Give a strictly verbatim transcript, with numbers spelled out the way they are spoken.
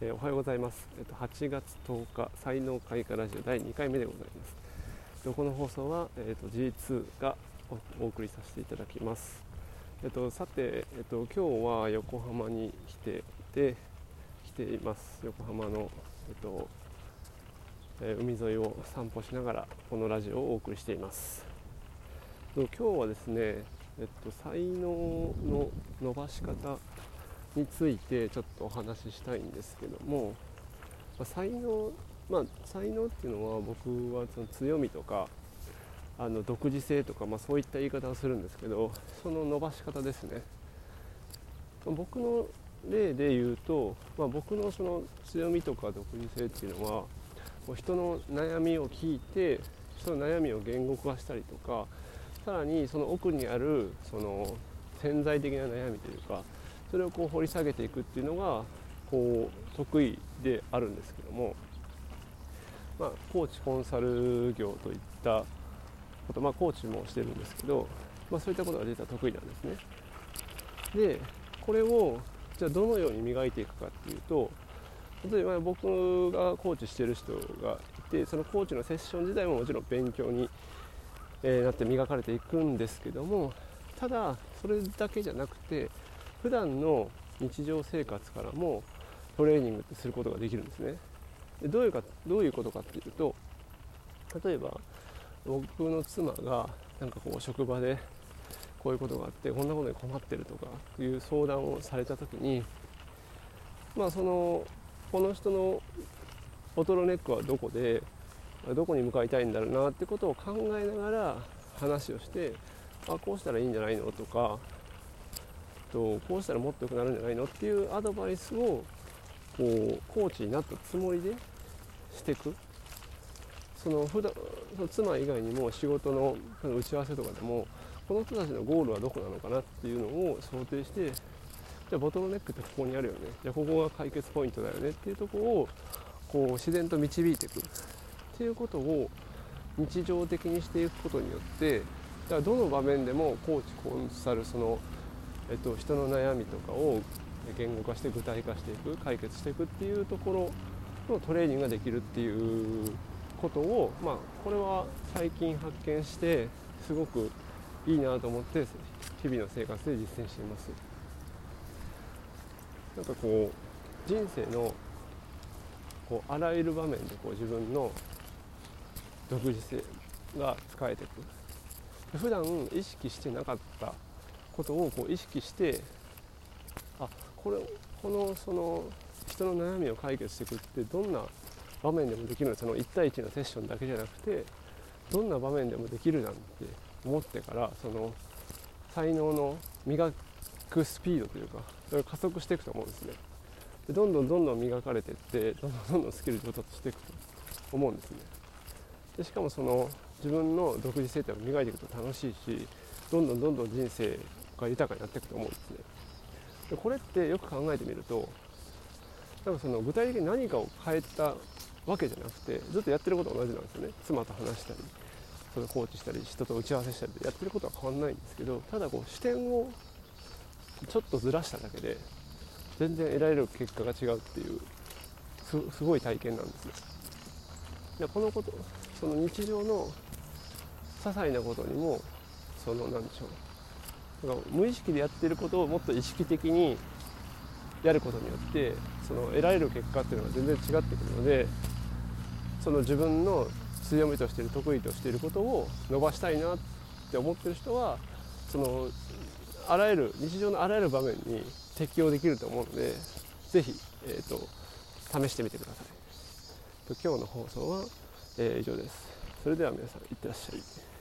えー、おはようございます。えっと、はちがつとおか、才能開花ラジオだいにかいめでございます。えっと、この放送は、えっと、ジーツー がお送りさせていただきます。えっと、さて、えっと、今日は横浜に来てで来ています。横浜の、えっとえー、海沿いを散歩しながらこのラジオをお送りしています。今日はですね、えっと、才能の伸ばし方についてちょっとお話ししたいんですけども、まあ、才能、まあ、才能っていうのは僕はその強みとかあの独自性とか、まあ、そういった言い方をするんですけど、その伸ばし方ですね。僕の例で言うと、まあ、僕のその強みとか独自性っていうのは人の悩みを聞いて人の悩みを言語化したりとか、さらにその奥にあるその潜在的な悩みというか、それをこう掘り下げていくっていうのがこう得意であるんですけども、まあ、コーチコンサル業といったこと、まあ、コーチもしてるんですけど、まあ、そういったことが実は得意なんですね。でこれをじゃあどのように磨いていくかっていうと、例えば僕がコーチしてる人がいて、そのコーチのセッション自体ももちろん勉強になって磨かれていくんですけども、ただそれだけじゃなくて普段の日常生活からもトレーニングってすることができるんですね。でどういうかどういうことかっていうと、例えば僕の妻がなんかこう職場でこういうことがあってこんなことに困ってるとかいう相談をされたときに、まあそのこの人のボトルネックはどこでどこに向かいたいんだろうなってことを考えながら話をして、あこうしたらいいんじゃないのとか、とこうしたらもっと良くなるんじゃないのっていうアドバイスをこうコーチになったつもりでしていく。その普段その妻以外にも仕事の打ち合わせとかでもこの人たちのゴールはどこなのかなっていうのを想定して、じゃあボトルネックってここにあるよね、じゃあここが解決ポイントだよねっていうところをこう自然と導いていくっていうことを日常的にしていくことによって、だからどの場面でもコーチコンサルその、えっと、人の悩みとかを言語化して具体化していく、解決していくっていうところのトレーニングができるっていうことを、まあ、これは最近発見してすごくいいなと思って日々の生活で実践しています。なんかこう人生のこうあらゆる場面でこう自分の独自性が使えていく。普段意識してなかったことをこう意識して、あこれこのその人の悩みを解決していくってどんな場面でもできるの、そのいち対いちのセッションだけじゃなくてどんな場面でもできるなんて思ってから、その才能の磨くスピードというかそれが加速していくと思うんですね。でどんどんどんどん磨かれていってどんどんどんどんスキル上達していくと思うんですね。でしかもその自分の独自性って磨いていくと楽しいし、どんどんどんどん人生が豊かになっていくと思うんですね。でこれってよく考えてみると、なんかその具体的に何かを変えたわけじゃなくてずっとやってることは同じなんですよね。妻と話したりそのコーチしたり人と打ち合わせしたりでやってることは変わらないんですけど、ただこう視点をちょっとずらしただけで全然得られる結果が違うっていう す, すごい体験なんですね。でこのことその日常の些細なことにもそのなんでしょう、なんか無意識でやっていることをもっと意識的にやることによってその得られる結果っていうのが全然違ってくるので、その自分の強みとしている得意としていることを伸ばしたいなって思っている人はそのあらゆる日常のあらゆる場面に適用できると思うので、ぜひ、えー、と試してみてください。今日の放送は、えー、以上です。それでは皆さんいってらっしゃい。